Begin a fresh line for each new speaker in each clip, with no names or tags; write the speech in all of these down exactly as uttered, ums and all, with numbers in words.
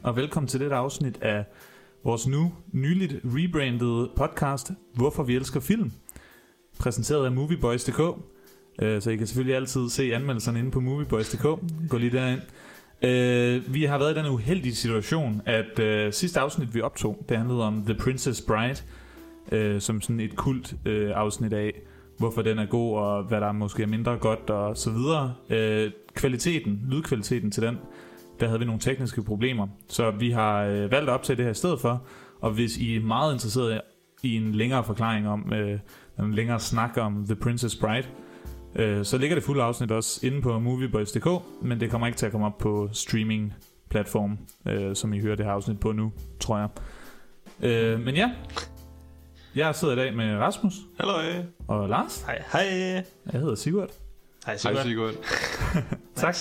og velkommen til dette afsnit af vores nu nyligt rebrandede podcast, Hvorfor vi elsker film, præsenteret af Movieboys punktum d k. Så I kan selvfølgelig altid se anmeldelserne inde på Movieboys punktum d k. Gå lige derind. Vi har været i den uheldige situation, at sidste afsnit vi optog, det handlede om The Princess Bride, som sådan et kult afsnit af hvorfor den er god, og hvad der måske er mindre godt, og så videre. Øh, kvaliteten, lydkvaliteten til den, der havde vi nogle tekniske problemer. Så vi har øh, valgt at optage det her i stedet for. Og hvis I er meget interesseret i en længere forklaring om, øh, en længere snak om The Princess Bride, øh, så ligger det fulde afsnit også inde på Movieboys punktum d k, men det kommer ikke til at komme op på streaming-platform, øh, som I hører det her afsnit på nu, tror jeg. Øh, men ja... Jeg sidder i dag med Rasmus.
Hallo.
Og Lars.
Hej, hej.
Jeg hedder Sigurd.
Hej Sigurd.
Hej Sigurd.
Tak.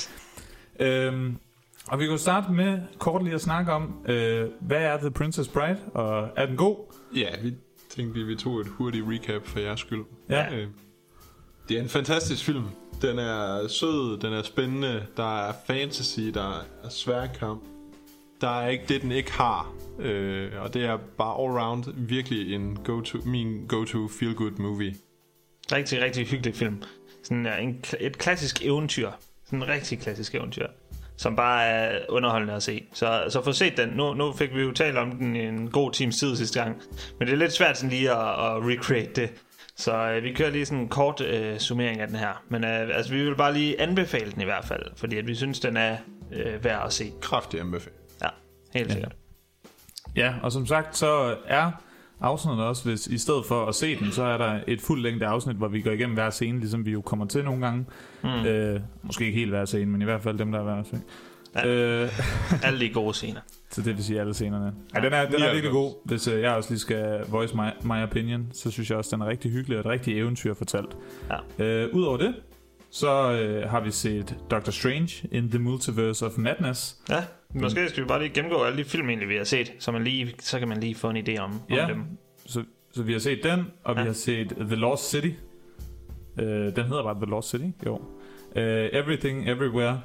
Øhm, og vi kan starte med kort lige at snakke om, øh, hvad er The Princess Bride, og er den god?
Ja, vi tænkte, vi tog et hurtigt recap for jeres skyld.
Ja.
Øh, det er en fantastisk film. Den er sød, den er spændende, der er fantasy, der er sværkamp. Der er ikke det, den ikke har. Øh, og det er bare all round virkelig en go-to, min go-to feel-good movie.
Rigtig, rigtig hyggelig film. Sådan en, et klassisk eventyr. Sådan en rigtig klassisk eventyr, som bare er underholdende at se. Så, så få set den. Nu, nu fik vi jo talt om den i en god times tid sidste gang. Men det er lidt svært sådan lige at, at recreate det. Så øh, vi kører lige sådan en kort øh, summering af den her. Men øh, altså, vi vil bare lige anbefale den i hvert fald. Fordi at vi synes, den er øh, værd at se.
Kraftig anbefaling.
Ja, helt sikkert.
Ja, og som sagt, så er afsnittet også, hvis i stedet for at se den, så er der et fuldt længde afsnit, hvor vi går igennem hver scene, ligesom vi jo kommer til nogle gange. Mm. Øh, måske ikke helt hver scene, men i hvert fald dem, der er hver scene.
Ja.
Øh,
alle de gode scener.
Så det vil sige alle scenerne. Ja, den er, den er virkelig god. Hvis uh, jeg også lige skal voice my, my opinion, så synes jeg også, den er rigtig hyggelig og et rigtig eventyr fortalt. Ja. Øh, Udover det, så øh, har vi set Doctor Strange in the Multiverse of Madness.
Ja, måske skal vi bare lige gennemgå alle de film, egentlig, vi har set, så, man lige, så kan man lige få en idé om,
ja,
om dem.
Så, så vi har set den, og ja. vi har set The Lost City. Uh, den hedder bare The Lost City, jo. Uh, Everything, Everywhere,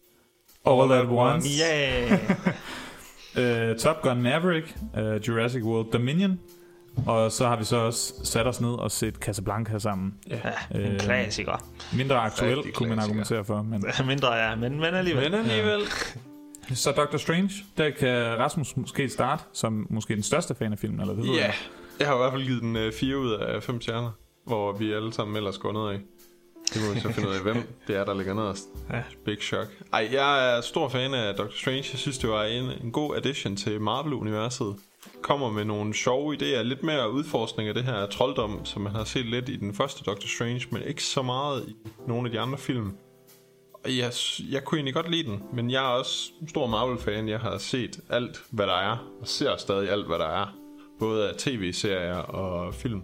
All at Once.
Yeah.
uh, Top Gun Maverick, uh, Jurassic World Dominion. Og så har vi så også sat os ned og set Casablanca sammen.
Ja, en øh, klassiker.
Mindre aktuel, kunne man argumentere for. Men...
mindre, ja, men, men alligevel.
Men alligevel.
Ja. Så Doctor Strange, der kan Rasmus måske starte som måske den største fan af filmen, eller hvad?
Ja, yeah. Jeg har i hvert fald givet den uh, fire ud af fem stjerner, hvor vi alle sammen ellers går ned af. Det må vi så finde ud af, hvem det er, der ligger nederst. Ja. Big shock. Ej, jeg er stor fan af Doctor Strange. Jeg synes, det var en, en god addition til Marvel-universet. Kommer med nogle sjove idéer, lidt mere udforskning af det her trolddom, som man har set lidt i den første Doctor Strange, men ikke så meget i nogle af de andre film. Og jeg, jeg kunne egentlig godt lide den, men jeg er også en stor Marvel-fan. Jeg har set alt, hvad der er, og ser stadig alt, hvad der er, både af tv-serier og film.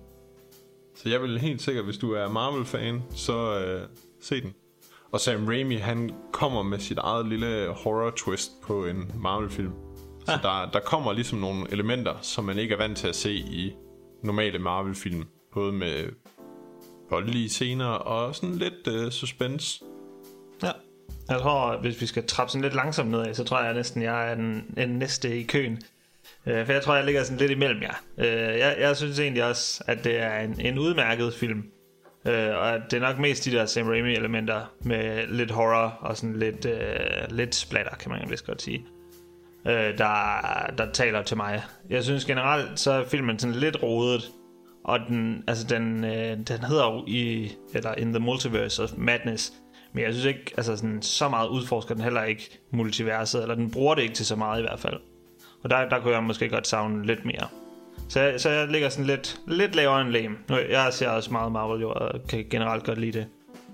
Så jeg vil helt sikkert, hvis du er Marvel-fan, så øh, se den. Og Sam Raimi, han kommer med sit eget lille horror-twist på en Marvel-film. Så ah. der, der kommer ligesom nogle elementer, som man ikke er vant til at se i normale Marvel-film. Både med voldelige scener og sådan lidt øh, suspense.
Ja, jeg tror, hvis vi skal trappe sådan lidt langsomt nedad, så tror jeg næsten, jeg er den, den næste i køen. Uh, for jeg tror, jeg ligger sådan lidt imellem jer. Uh, jeg, jeg synes egentlig også, at det er en, en udmærket film. Uh, og at det er nok mest de der Sam Raimi-elementer med lidt horror og sådan lidt, uh, lidt splatter, kan man vist godt sige. Uh, der, der taler til mig. Jeg synes generelt, så er filmen sådan lidt rodet. Og den, altså den, uh, den hedder jo i, eller In the Multiverse of Madness. Men jeg synes ikke, altså sådan, så meget udforsker den heller ikke multiverset. Eller den bruger det ikke til så meget i hvert fald. Og der, der kunne jeg måske godt savne lidt mere. Så jeg, så jeg ligger sådan lidt, lidt lavere end lame. Jeg ser også meget Marvel jo, og kan generelt godt lide det.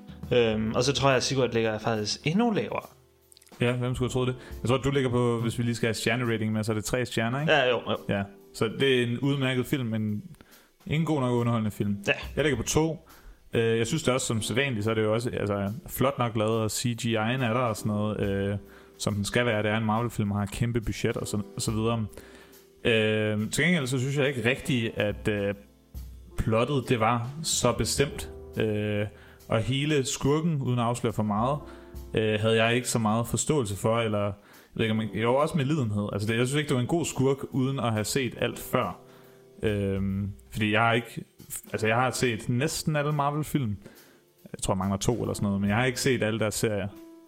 Øhm, og så tror jeg, at Sigurd ligger faktisk endnu lavere.
Ja, hvem skulle have troet det? Jeg tror, at du ligger på, hvis vi lige skal have stjernerating med, så er det tre stjerner, ikke?
Ja, jo, jo.
Ja, så det er en udmærket film, men ingen god nok underholdende film.
Ja.
Jeg ligger på to. Jeg synes det også, som sædvanligt, så er det jo også altså, flot nok lavet, og C G I'en er der og sådan noget, som den skal være. Det er en Marvel-film, har et kæmpe budget og så, og så videre. Øh, til gengæld så synes jeg ikke rigtigt, at øh, plottet det var så bestemt. Øh, og hele skurken, uden at afsløre for meget, øh, havde jeg ikke så meget forståelse for, eller ved ikke, man, jo også med lidenhed. Altså det, jeg synes ikke, det var en god skurk, uden at have set alt før. Øhm, fordi jeg har ikke... Altså jeg har set næsten alle Marvel-film. Jeg tror, jeg mangler to eller sådan noget, men jeg har ikke set alle deres serier.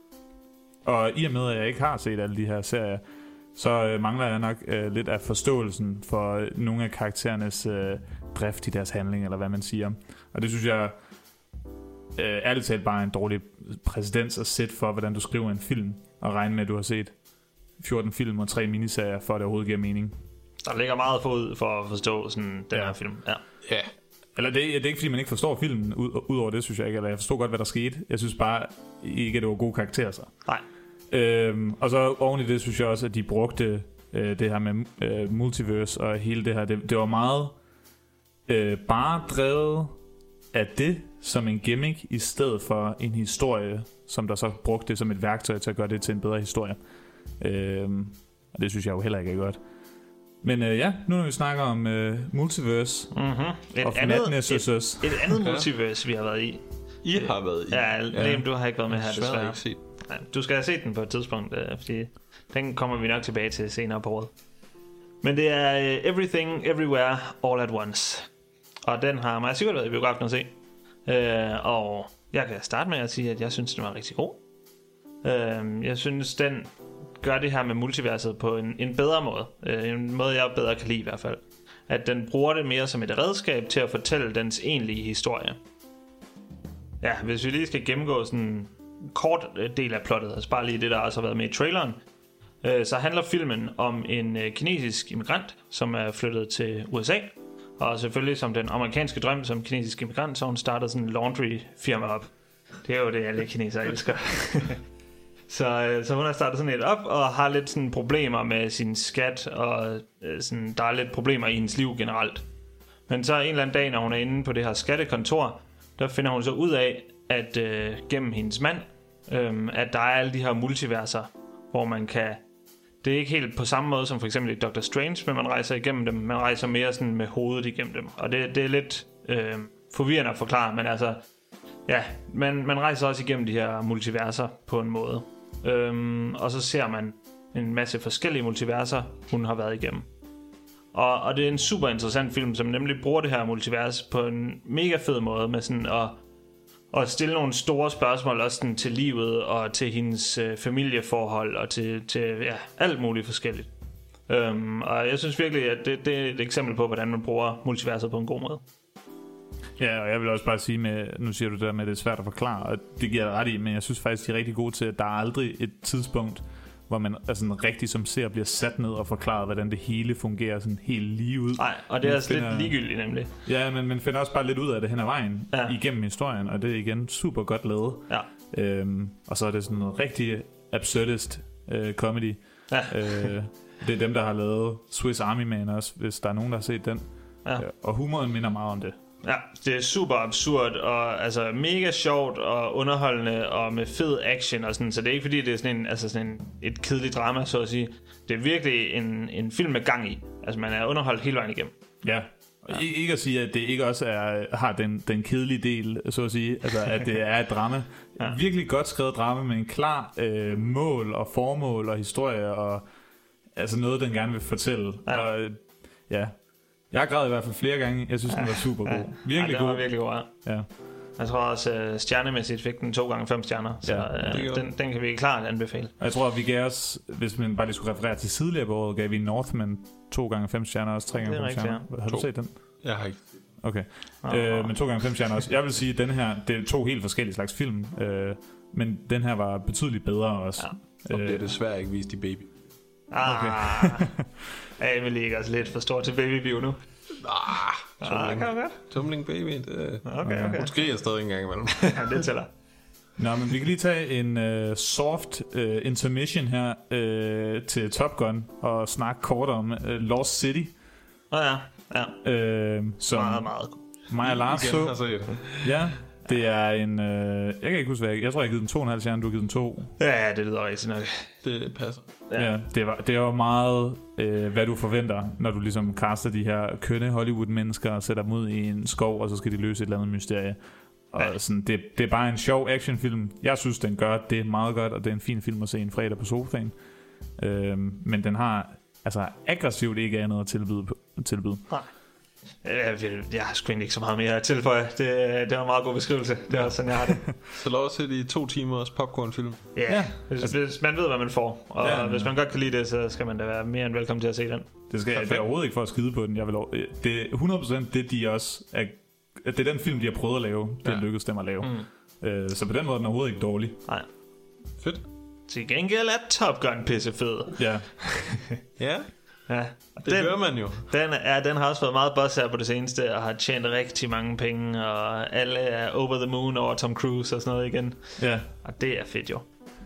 Og i og med, at jeg ikke har set alle de her serier, så øh, mangler jeg nok øh, lidt af forståelsen for øh, nogle af karakterernes øh, drift i deres handling, eller hvad man siger. Og det synes jeg øh, ærligt talt bare er en dårlig præcedens at sætte for, hvordan du skriver en film, og regne med, at du har set fjorten film og tre miniserier, for at det overhovedet giver mening.
Der ligger meget forud for at forstå sådan den
ja.
her film. Ja.
Ja.
Eller det, det er ikke, fordi man ikke forstår filmen, ud, ud over det, synes jeg ikke. Eller jeg forstår godt, hvad der skete. Jeg synes bare ikke, at det var gode karakterer så.
Nej.
Øhm, og så oven i det, synes jeg også, at de brugte øh, det her med øh, multiverse og hele det her. Det, det var meget øh, bare drevet af det som en gimmick, i stedet for en historie, som der så brugte det som et værktøj til at gøre det til en bedre historie. Øhm, og det synes jeg jo heller ikke er godt. Men øh, ja, nu når vi snakker om øh, multiverse
mm-hmm. et,
of
andet,
madness,
et, et andet multiverse, vi har været i.
I har været i.
Ja, Liam, du har ikke været med her, desværre.
Ikke set.
Ja, du skal have set den på et tidspunkt, øh, fordi den kommer vi nok tilbage til senere på året. Men det er uh, Everything, Everywhere, All at Once. Og den har mig sikkert været i biografen at se. Uh, og jeg kan starte med at sige, at jeg synes, den var rigtig god. Uh, jeg synes, den gør det her med multiverset på en, en bedre måde. Uh, en måde, jeg bedre kan lide i hvert fald. At den bruger det mere som et redskab til at fortælle dens egentlige historie. Ja, hvis vi lige skal gennemgå sådan en kort del af plottet, altså bare lige det, der også har været med i traileren, øh, så handler filmen om en øh, kinesisk immigrant, som er flyttet til U S A, og selvfølgelig som den amerikanske drøm som kinesisk immigrant, så hun startede sådan en laundry firma op. Det er jo det, alle kinesere elsker. så, øh, så hun har startet sådan et op, og har lidt sådan problemer med sin skat, og øh, sådan, der er lidt problemer i hendes liv generelt. Men så en eller anden dag, når hun er inde på det her skattekontor, der finder hun så ud af, at øh, gennem hendes mand, øh, at der er alle de her multiverser, hvor man kan... Det er ikke helt på samme måde som for eksempel i Doctor Strange, men man rejser igennem dem. Man rejser mere sådan med hovedet igennem dem. Og det, det er lidt øh, forvirrende at forklare, men altså... Ja, man, man rejser også igennem de her multiverser på en måde. Øh, og så ser man en masse forskellige multiverser, hun har været igennem. Og, og det er en super interessant film, som nemlig bruger det her multivers på en mega fed måde, med sådan at, at stille nogle store spørgsmål også sådan til livet og til hendes øh, familieforhold og til, til ja, alt muligt forskelligt. Um, og jeg synes virkelig, at det, det er et eksempel på, hvordan man bruger multiverset på en god måde.
Ja, og jeg vil også bare sige med, nu siger du det der med, at det er svært at forklare, og det giver jeg ret i, men jeg synes faktisk, de er rigtig gode til, at der er aldrig et tidspunkt, hvor man altså, rigtig som ser bliver sat ned og forklaret, hvordan det hele fungerer sådan helt lige ud.
Nej, og det er
man
altså
finder,
lidt ligegyldigt nemlig.
Ja, men man finder også bare lidt ud af det hen ad vejen, ja. Igennem historien, og det er igen super godt lavet.
Ja.
Øhm, og så er det sådan noget rigtig absurdist øh, comedy.
Ja.
øh, det er dem, der har lavet Swiss Army Man også, hvis der er nogen, der har set den.
Ja.
Øh, og humoren minder meget om det.
Ja, det er super absurd og altså mega sjovt og underholdende og med fed action og sådan, så det er ikke fordi det er sådan en altså sådan en, et kedeligt drama så at sige. Det er virkelig en en film med gang i. Altså man er underholdt hele vejen igennem.
Ja. Og ja. Ikke at sige at det ikke også er har den den kedelige del så at sige, altså at det er et drama. Ja. Virkelig godt skrevet drama med en klar øh, mål og formål og historie og altså noget den gerne vil fortælle.
Ja.
Og ja. Jeg har grædet i hvert fald flere gange. Jeg synes, den var super god. Virkelig
ja,
god.
Var virkelig god, ja.
Ja.
Jeg tror også, uh, stjernemæssigt fik den to gange fem stjerner. Så
ja,
uh, den, den kan vi klart anbefale.
Og jeg tror, at vi gav os, hvis man bare lige skulle referere til tidligere på året, gav vi Northman to gange fem stjerner, også tre gange fem stjerner. Ja. Har du to. set den?
Jeg har ikke.
Okay. Oh, øh, men to gange fem stjerner også. Jeg vil sige, at den her, det er to helt forskellige slags film. Øh, men den her var betydeligt bedre også.
Ja. Og bliver desværre ikke vist i Baby.
Ah, okay. Jeg vil ikke også lidt for stor til Baby-bio nu.
Ah, tumling.
Ah,
tumling baby. Det,
okay, okay.
Hun skriger stadig en gang imellem.
Ja, det tæller.
Nå, men vi kan lige tage en uh, soft uh, intermission her uh, til Top Gun og snakke kort om uh, Lost City.
Åh oh, ja, ja.
Uh, som
meget, meget
mig og Lars så. Ja, det er en... Uh, jeg kan ikke huske, hvad jeg... Jeg tror, jeg har givet den to og en halv stjerne, du har givet den to.
Ja, det lyder rigtig nok.
Det passer.
Ja, ja det, var, det var meget, øh, hvad du forventer, når du ligesom kaster de her kønne Hollywood-mennesker og sætter dem ud i en skov, og så skal de løse et eller andet mysterie. Og ja. sådan, det, det er bare en sjov actionfilm. Jeg synes, den gør det meget godt, og det er en fin film at se en fredag på sofaen. Øh, men den har altså aggressivt ikke andet at tilbyde. tilbyde.
Nej. Jeg, vil, jeg har sgu ikke så meget mere at tilføje. Det, det var en meget god beskrivelse. Det er også sådan, jeg har det.
Så lad os se de to timers popcornfilm.
Yeah. Ja, hvis, altså, hvis man ved, hvad man får. Og ja, hvis man godt kan lide det, så skal man da være mere end velkommen til at se den.
Det, skal, det er overhovedet ikke for at skide på den. Jeg vil, det er hundrede procent det, de også er, det er den film, de har prøvet at lave. Det ja. lykkedes dem at lave. Mm. Øh, så på den måde er den overhovedet ikke dårlig.
Nej.
Fedt.
Til gengæld er Top Gun pissefed.
Ja.
Ja.
Ja,
det den, gør man jo.
Den, ja, den har også været meget buzz her på det seneste, og har tjent rigtig mange penge, og alle er over the moon over Tom Cruise og sådan noget igen.
Ja.
Og det er fedt jo.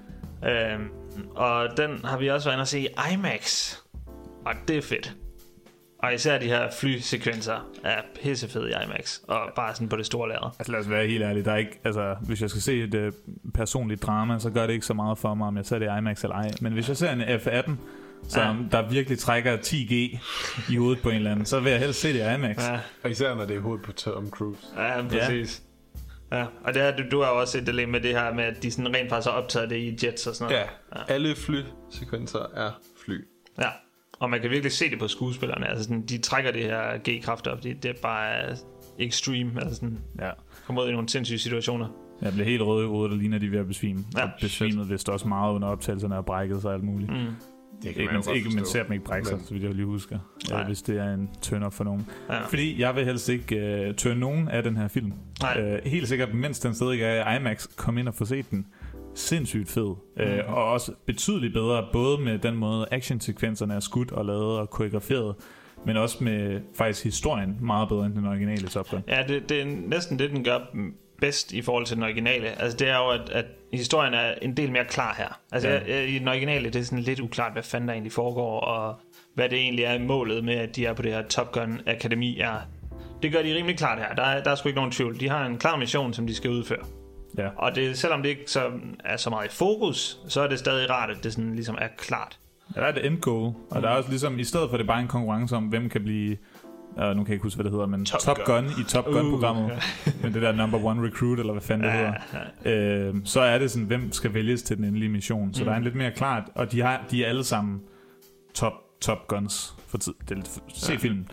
Øhm, og den har vi også været inde at se i IMAX, og det er fedt. Og især de her flysekvenser er pissefede i IMAX, og bare sådan på det store lærred.
Altså lad os være helt ærlige, der er ikke, altså, hvis jeg skal se et uh, personligt drama, så gør det ikke så meget for mig, om jeg ser det i IMAX eller ej. Men hvis jeg ser en F atten, som ja. der virkelig trækker ti G i hovedet på en eller anden, så vil jeg helst se det i IMAX.
Ja. Og især når det er i hovedet på Tom Cruise.
Ja, præcis. Ja. Ja. Og det er, du, du har også et dilemma med det her med, at de sådan rent faktisk har optaget det i jets og sådan noget.
Ja, ja. Alle flysekvenser er fly.
Ja, og man kan virkelig se det på skuespillerne. Altså sådan, de trækker det her G-kraft op. Det, det er bare extreme. Altså sådan,
ja.
kommer ud i nogle sindssyge situationer.
Jeg blev helt rød i hovedet, og ligner de ved at besvime. Ja. Og besvimet vist også meget under optagelserne og brækket sig alt muligt. Mm. Det kan ikke, man, man, ikke, man ser dem ikke brække sig, så vidt jeg lige husker. Ja, hvis det er en turn-up for nogen. Ja. Fordi jeg vil helst ikke uh, turn nogen af den her film. Uh, helt sikkert, mens den stadig er i IMAX, kom ind og få set den. Sindssygt fed. Mm. Uh, og også betydeligt bedre, både med den måde actionsekvenserne er skudt og lavet og koreograferet, men også med faktisk historien meget bedre end den originale Top Gun.
Ja, det, det er næsten det, den gør bedst i forhold til den originale. Altså det er jo, at, at historien er en del mere klar her. Altså ja. I den originale, det er sådan lidt uklart, hvad fanden der egentlig foregår, og hvad det egentlig er målet med, at de er på det her Top Gun Akademi er. Det gør de rimelig klart her. Der er, der er sgu ikke nogen tvivl. De har en klar mission, som de skal udføre.
Ja.
Og det, selvom det ikke så, er så meget i fokus, så er det stadig rart, at det sådan ligesom er klart.
Ja, der er det end goal. Og mm. der er også ligesom, i stedet for det bare en konkurrence om, hvem kan blive... Uh, nu kan jeg ikke huske, hvad det hedder, men Top, Top Gun. Gun i Top Gun-programmet, uh, ja. men det der number one recruit, eller hvad fanden det ja, hedder, ja. uh, så er det sådan, hvem skal vælges til den endelige mission. Så mm. der er en lidt mere klart, og de, har, de er alle sammen top, top guns for tid. Det er lidt, se ja. filmen.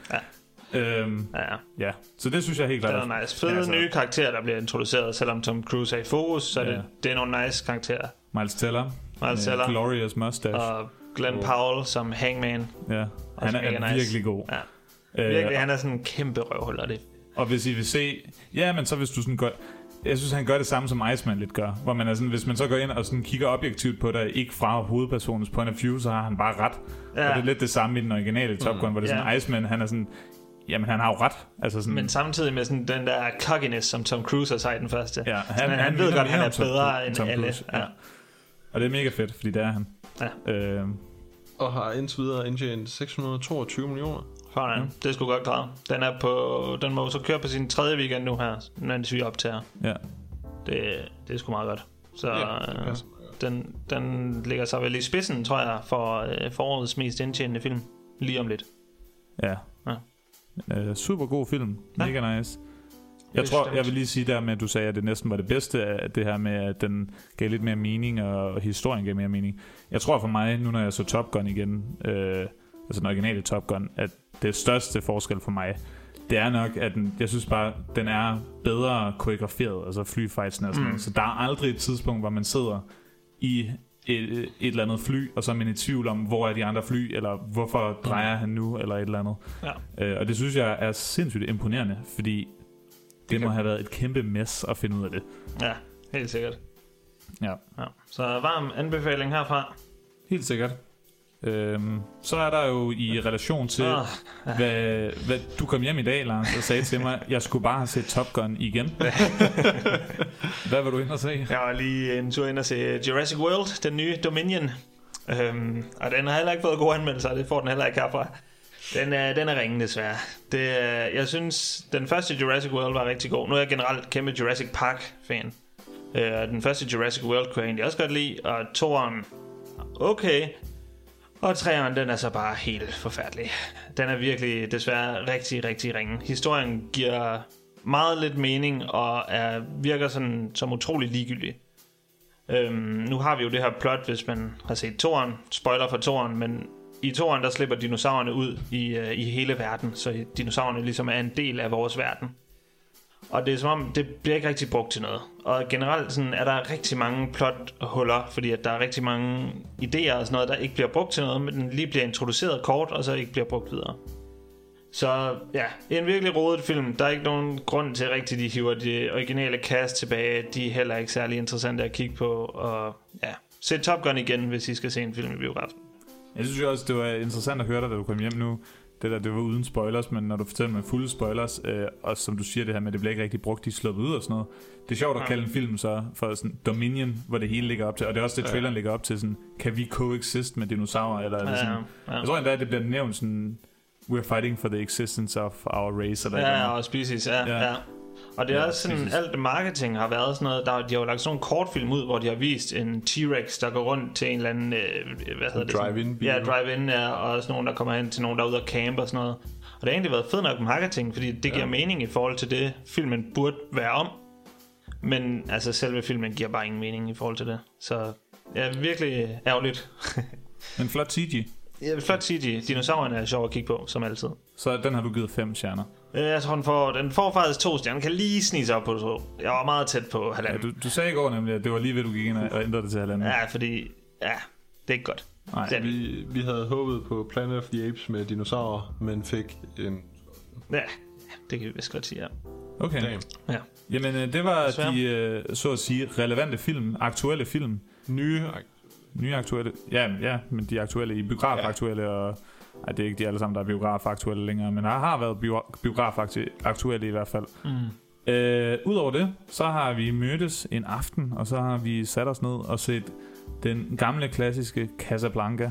Ja. Uh, ja, ja. ja, så det synes jeg helt klart.
Det er nice. Fede ja, nye karakterer, der bliver introduceret, selvom Tom Cruise er i fokus, så ja. det, det er nogle nice karakterer.
Miles Teller,
Miles Teller.
Glorious Mustache.
Og Glenn oh. Powell som Hangman.
Ja, han er, er nice. virkelig god. Ja.
Virkelig, øh, han er sådan en kæmpe røvhul af det.
Og hvis I vil se, ja, men så hvis du sådan gør, jeg synes han gør det samme som Iceman lidt gør, hvor man er sådan, hvis man så går ind og sådan kigger objektivt på det, ikke fra hovedpersonens point of view, så har han bare ret. Ja. Og det er lidt det samme i den originale Top Gun, mm. hvor det er sådan, ja. Iceman, han er sådan, jamen han har jo ret. Altså sådan,
men samtidig med sådan den der cockiness, som Tom Cruise har sagt den første.
Ja, han,
han,
han,
han ved godt, han er
Tom,
bedre end
Tom
alle. Ja.
Ja. Og det er mega fedt, fordi det er han. Ja. Øh,
og har indtil videre indtjent seks hundrede og toogtyve millioner.
Sådan, mm. det er sgu godt klaret. Den er på, den må så køre på sin tredje weekend nu her, mens vi optager.
Ja.
Det, det er sgu meget godt. Så
ja,
øh, den, den ligger sig vel i spidsen, tror jeg, for øh, forårets mest indtjenende film. Lige om lidt.
Ja. ja. Uh, super god film. Ja. Mega nice. Jeg tror, jeg vil lige sige der med, at du sagde, at det næsten var det bedste af det her med, at den gav lidt mere mening, og historien gav mere mening. Jeg tror for mig, nu når jeg så Top Gun igen, øh, altså den originale Top Gun, at det største forskel for mig, det er nok, at den, jeg synes bare, den er bedre koreograferet, altså flyfightsene og sådan noget. Mm. Så der er aldrig et tidspunkt, hvor man sidder i et, et eller andet fly, og så er man i tvivl om, hvor er de andre fly, eller hvorfor drejer mm. han nu, eller et eller andet. Ja. Øh, og det synes jeg er sindssygt imponerende, fordi det må have været et kæmpe mess at finde ud af det.
Ja, helt sikkert.
Ja.
Ja. Så varm anbefaling herfra.
Helt sikkert. Øhm, så er der jo i relation til oh, ja. hvad, hvad du kom hjem i dag, Lars, og sagde til mig, jeg skulle bare have set Top Gun igen. Hvad var du inde at se?
Jeg var lige en tur ind og se Jurassic World, den nye Dominion. øhm, Og den har heller ikke fået gode anmeldelser. Det får den heller ikke herfra. Den er, den er ringen desværre. Det, jeg synes den første Jurassic World var rigtig god. Nu er jeg generelt kæmpe Jurassic Park fan. øh, Den første Jurassic World kunne jeg egentlig også godt lide. Og toeren okay. Og treeren, den er så bare helt forfærdelig. Den er virkelig desværre rigtig, rigtig ringe. Historien giver meget lidt mening og er, virker sådan som utrolig ligegyldig. Øhm, nu har vi jo det her plot, hvis man har set toeren, spoiler for toeren, men i toeren der slipper dinosaurerne ud i, uh, i hele verden, så dinosaurerne ligesom er en del af vores verden. Og det er som om, det bliver ikke rigtig brugt til noget. Og generelt sådan, er der rigtig mange plothuller, fordi at der er rigtig mange idéer og sådan noget, der ikke bliver brugt til noget, men den lige bliver introduceret kort, og så ikke bliver brugt videre. Så ja, en virkelig rodet film. Der er ikke nogen grund til rigtig, de hiver de originale cast tilbage. De er heller ikke særlig interessante at kigge på. Og ja, se Top Gun igen, hvis I skal se en film i biografen.
Jeg synes jo også, det var interessant at høre dig, da du kom hjem nu. Det der, det var uden spoilers, men når du fortæller med fulde spoilers, øh, og som du siger det her med, det bliver ikke rigtig brugt, de er sluppet ud og sådan noget. Det er sjovt at kalde en film så for sådan Dominion, hvor det hele ligger op til, og det er også det, traileren ligger op til, sådan, kan vi coexist med dinosaurer, eller, eller sådan. Ja, ja. Jeg tror endda, at det bliver nævnt sådan, we're fighting for the existence of our race, eller
ja, og species, ja, ja. ja. Og det er ja, også sådan, species. Alt marketing har været sådan noget, der, de har jo lagt sådan en kortfilm ud, hvor de har vist en T-Rex, der går rundt til en eller anden, øh, hvad hedder det?
Drive-in.
Ja, drive-in, ja, og sådan nogen, der kommer hen til nogen, der er ude og campe og sådan noget. Og det har egentlig været fedt nok marketing, fordi det giver ja. mening i forhold til det, filmen burde være om. Men altså, selve filmen giver bare ingen mening i forhold til det. Så ja, virkelig ærgerligt.
En flot C G.
Ja, flot C G. Dinosaurerne er sjov at kigge på, som altid.
Så den har du givet fem stjerner?
Jeg tror, den får, den får faktisk to stjerner. Den kan lige snige sig op på to. Jeg var meget tæt på halvanden.
Ja, du, du sagde i går nemlig, at det var lige ved, du gik ind og ændrede det til halvanden.
Ja, fordi ja, det er ikke godt.
Nej, det, vi, vi havde håbet på Planet of the Apes med dinosaurer, men fik en...
Ja, det kan vi vist godt sige, ja.
Okay.
Ja.
Jamen, det var de, så at sige, relevante film, aktuelle film.
Nye
Nye aktuelle, ja, ja, men de aktuelle i biografaktuelle, ja. Og ej, det er ikke de alle sammen, der er biografaktuelle længere, men der har været bio- biografaktuelle i hvert fald. Mm. Øh, Udover det, så har vi mødtes en aften, og så har vi sat os ned og set den gamle klassiske Casablanca,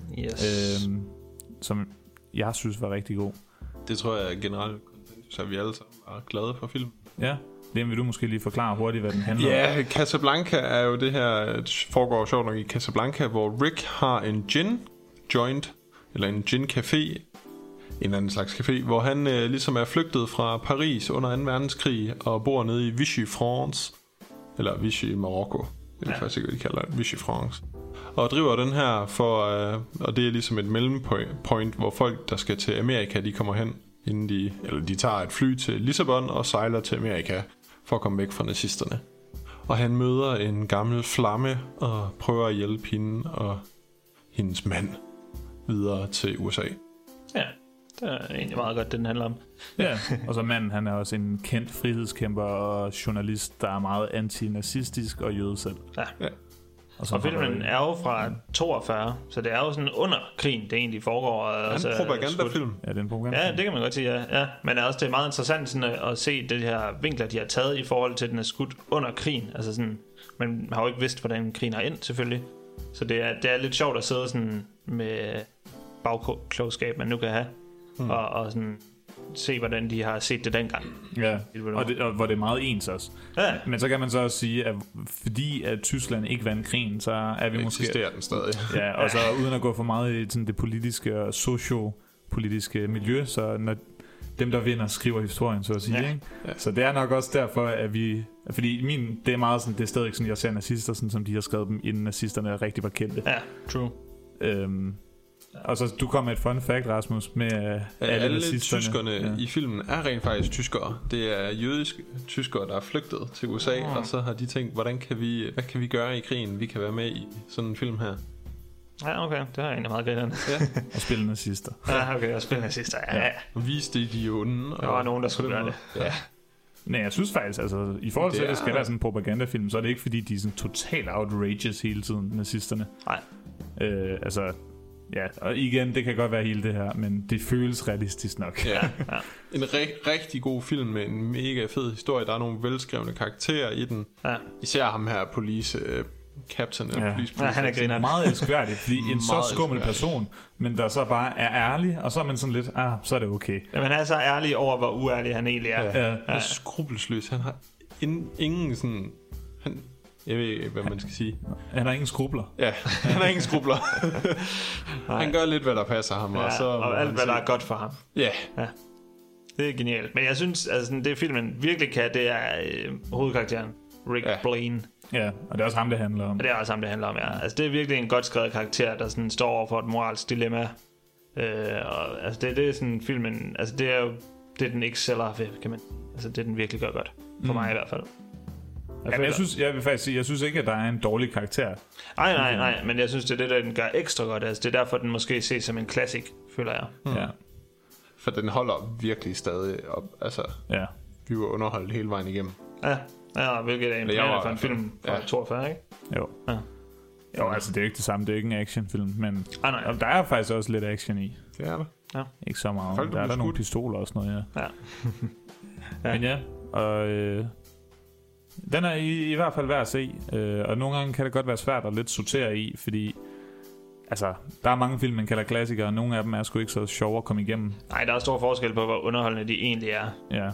yes.
øh, som jeg synes var rigtig god.
Det tror jeg generelt, så vi alle sammen er glade for film.
Ja. Det vil du måske lige forklare hurtigt, hvad den handler
ja,
om.
Ja, Casablanca er jo det her, det foregår sjovt nok i Casablanca, hvor Rick har en gin joint, eller en gin café, en eller anden slags café, hvor han øh, ligesom er flygtet fra Paris under anden verdenskrig, og bor nede i Vichy France, eller Vichy Marokko, det er ja. faktisk ikke, hvad de kalder det, Vichy France. Og driver den her for, øh, og det er ligesom et mellempoint, hvor folk, der skal til Amerika, de kommer hen, inden de, eller de tager et fly til Lissabon og sejler til Amerika, for at komme væk fra nazisterne. Og han møder en gammel flamme og prøver at hjælpe hende og hendes mand videre til U S A.
Ja, det er egentlig meget godt, det den handler om.
Ja, og så manden, han er også en kendt frihedskæmper og journalist, der er meget antinazistisk og jøde selv.
Ja,
ja.
Og, og filmen er jo fra toogfyrre, så det er jo sådan under krigen, det egentlig foregår.
Det er altså, en propagandafilm.
Ja, det er en propagandafilm.
Ja, det kan man godt sige, ja. ja. Men også, det er meget interessant sådan, at se de her vinkler, de har taget i forhold til, at den er skudt under krigen. Altså sådan, man har jo ikke vidst, hvordan krigen har endt, selvfølgelig. Så det er, det er lidt sjovt at sidde sådan med bagklogskab, man nu kan have, hmm. og, og sådan se, hvordan de har set det dengang.
Ja, og, det, og hvor det er meget ens også.
Ja.
Men så kan man så også sige, at fordi at Tyskland ikke vandt krigen, så er vi
det
måske...
eksisterer den stadig.
Ja, og så uden at gå for meget i sådan det politiske og sociopolitiske miljø, så når dem, der vinder, skriver historien, så at sige. Ja. Ikke? Ja. Så det er nok også derfor, at vi... Fordi min, det er meget sådan, det er stadig sådan, jeg ser nazister, sådan, som de har skrevet dem, inden nazisterne er rigtig var kendte.
Ja, true.
Øhm, Og så du kom med et fun fact, Rasmus, med alle,
alle tyskerne ja. i filmen er rent faktisk tyskere. Det er jødiske tyskere, der er flygtet til U S A, oh. og så har de tænkt, hvordan kan vi, hvad kan vi gøre i krigen? Vi kan være med i sådan en film her.
Ja, okay, det er egentlig meget grinerne.
Ja.
Og spille nazister.
Ja, okay, og spille nazister, ja. ja.
Og vise det de onde.
Der var nogen, der skulle gøre det.
Ja.
Nej, jeg synes faktisk, altså, i forhold til, det at det skal være sådan en propagandafilm, så er det ikke, fordi de er sådan totalt outrageous hele tiden, nazisterne.
Nej.
Øh, altså, ja, og igen, det kan godt være hele det her, men det føles realistisk nok.
Ja, ja. En ri- rigtig god film med en mega fed historie. Der er nogle velskrevne karakterer i den. Ja. Især ham her, police... Uh, Captain
ja.
Police, ja, han er griner.
Meget elskværdigt, fordi en så skummel person, men der så bare er ærlig, og så er man sådan lidt, ah, så er det okay.
Ja, men han er så ærlig over, hvor uærlig han egentlig er.
Ja, ja. Han er skrubbelsløs. Han har in, ingen sådan... Han, jeg ved ikke, hvad man skal sige.
Han har ingen skrubler.
Ja, han har ingen skrubler. Han gør lidt, hvad der passer ham.
Ja,
og, så
og alt, hvad der er godt for ham.
Ja.
ja. Det er genialt. Men jeg synes, altså, det filmen virkelig kan, det er øh, hovedkarakteren, Rick ja. Blaine.
Ja, og det er også ham, det handler om.
Og det er også ham, det handler om, ja. Altså, det er virkelig en godt skrevet karakter, der sådan står over for et moralsk dilemma. Øh, og altså, det, det er sådan filmen... Altså, det er jo det, den ikke sælger ved, kan man... Altså, det den virkelig gør godt. For mm. mig i hvert fald.
Jeg, ja, jeg, synes, jeg vil faktisk sige, jeg synes ikke, at der er en dårlig karakter.
Nej, nej, nej, men jeg synes, det er det, der den gør ekstra godt. Altså, det er derfor, den måske ses som en classic, føler jeg.
Mm. Ja.
For den holder virkelig stadig op. Altså,
ja.
Vi var underholdt hele vejen igennem.
Ja, ja, hvilket er imponerende for en film fra ja. toogfyrre, ikke?
Jo.
Ja.
Jo, altså det er jo ikke det samme, det er ikke en actionfilm, men
ah, nej.
der er faktisk også lidt action i.
Det er der.
Ja.
Ikke så meget. Folk, der er der nogle pistoler og sådan noget, ja.
Ja.
ja. Men ja, og øh, den er i, i hvert fald værd at se, øh, og nogle gange kan det godt være svært at lidt sortere i, fordi altså, der er mange film, man kalder klassikere, og nogle af dem er sgu ikke så sjove at komme igennem.
Nej, der er stor forskel på, hvor underholdende de egentlig er.
Ja,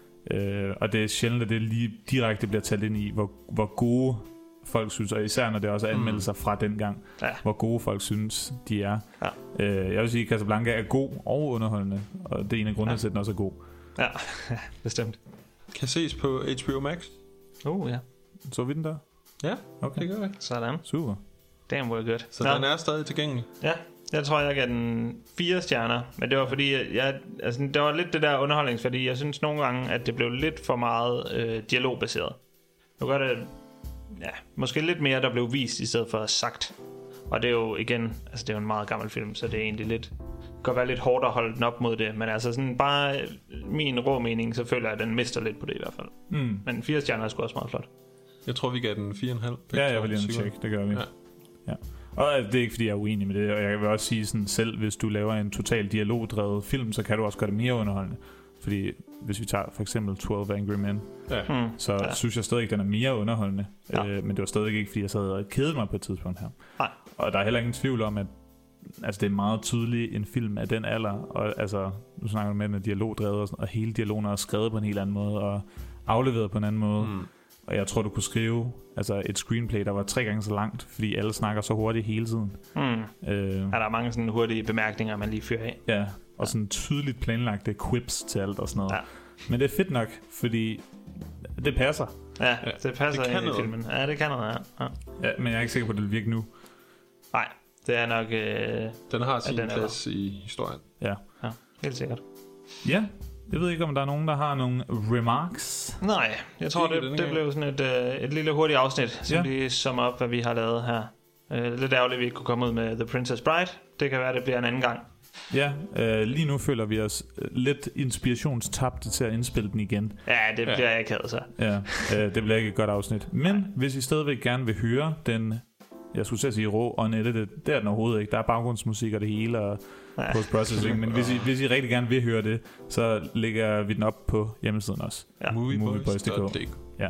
øh, og det er sjældent, at det lige direkte bliver talt ind i, hvor, hvor gode folk synes, og især når det også er anmeldelser mm. fra dengang,
ja. hvor
gode folk synes, de er.
Ja.
Øh, jeg vil sige, at Casablanca er god og underholdende, og det er en af grundene ja. til, at den også er god.
Ja, bestemt.
Kan ses på H B O Max.
Oh, ja.
Så vi den der?
Ja,
okay.
Det gør vi.
Sådan.
Super.
Damn, hvor er godt.
Så Nå. Den er stadig tilgængelig?
Ja, jeg tror, jeg gav den fire stjerner, men det var fordi, jeg, altså, det var lidt det der underholdningsværdi. Jeg synes nogle gange, at det blev lidt for meget øh, dialogbaseret. Det var godt, at ja, måske lidt mere, der blev vist, i stedet for sagt. Og det er jo igen, altså det er jo en meget gammel film, så det er egentlig lidt, det kan være lidt hårdt at holde den op mod det, men altså sådan bare min rå mening, så føler jeg, at den mister lidt på det i hvert fald.
Mm.
Men fire stjerner er sgu også meget flot.
Jeg tror, vi gav den fire komma fem.
Ja, jeg vil lige tjekke, det gør vi. Ja. Ja. Og det er ikke, fordi jeg er uenig med det, og jeg vil også sige sådan selv, hvis du laver en total dialogdrevet film, så kan du også gøre det mere underholdende. Fordi hvis vi tager for eksempel tolv Angry Men,
ja.
hmm. så ja. synes jeg stadig, at den er mere underholdende.
Ja.
Øh, men det var stadig ikke, fordi jeg sad og kedede mig på et tidspunkt her.
Nej.
Og der er heller ingen tvivl om, at altså, det er meget tydeligt en film af den alder. Og altså, nu snakker du med, den er dialogdrevet, og, og hele dialogen er skrevet på en helt anden måde, og afleveret på en anden måde. Hmm. Og jeg tror, du kunne skrive altså et screenplay, der var tre gange så langt, fordi alle snakker så hurtigt hele tiden.
Mm. Øh, ja, der er mange sådan hurtige bemærkninger, man lige fyrer af.
Ja, og ja. sådan tydeligt planlagte quips til alt og sådan noget. Ja. Men det er fedt nok, fordi det passer.
Ja, det passer det ind i filmen. Ja, det kan noget, ja. ja.
Ja, men jeg er ikke sikker på, at det vil virke nu.
Nej, det er nok... Øh,
den har sin plads i historien.
Ja.
Ja, helt sikkert.
Ja. Jeg ved ikke, om der er nogen, der har nogle remarks.
Nej, jeg tror, det, det, det blev sådan et, øh, et lille hurtigt afsnit, som ja. lige summer op, hvad vi har lavet her. Øh, lidt ærgerligt, at vi ikke kunne komme ud med The Princess Bride. Det kan være, det bliver en anden gang.
Ja, øh, lige nu føler vi os lidt inspirationstapte til at indspille den igen.
Ja, det bliver ja. jeg ikke så.
Ja, øh, det bliver ikke et godt afsnit. Men Nej. hvis I stadigvæk gerne vil høre den... Jeg skulle sige rå og unedited. Det er den overhovedet ikke. Der er baggrundsmusik og det hele og ja. post-processing. Men hvis I, hvis I rigtig gerne vil høre det, så lægger vi den op på hjemmesiden også.
Ja. Movieboys punktum d k.
Ja.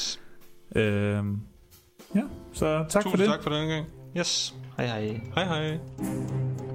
Øhm, ja, så tak
Tusind
for det.
tak for den gang.
Yes. Hej hej.
Hej hej.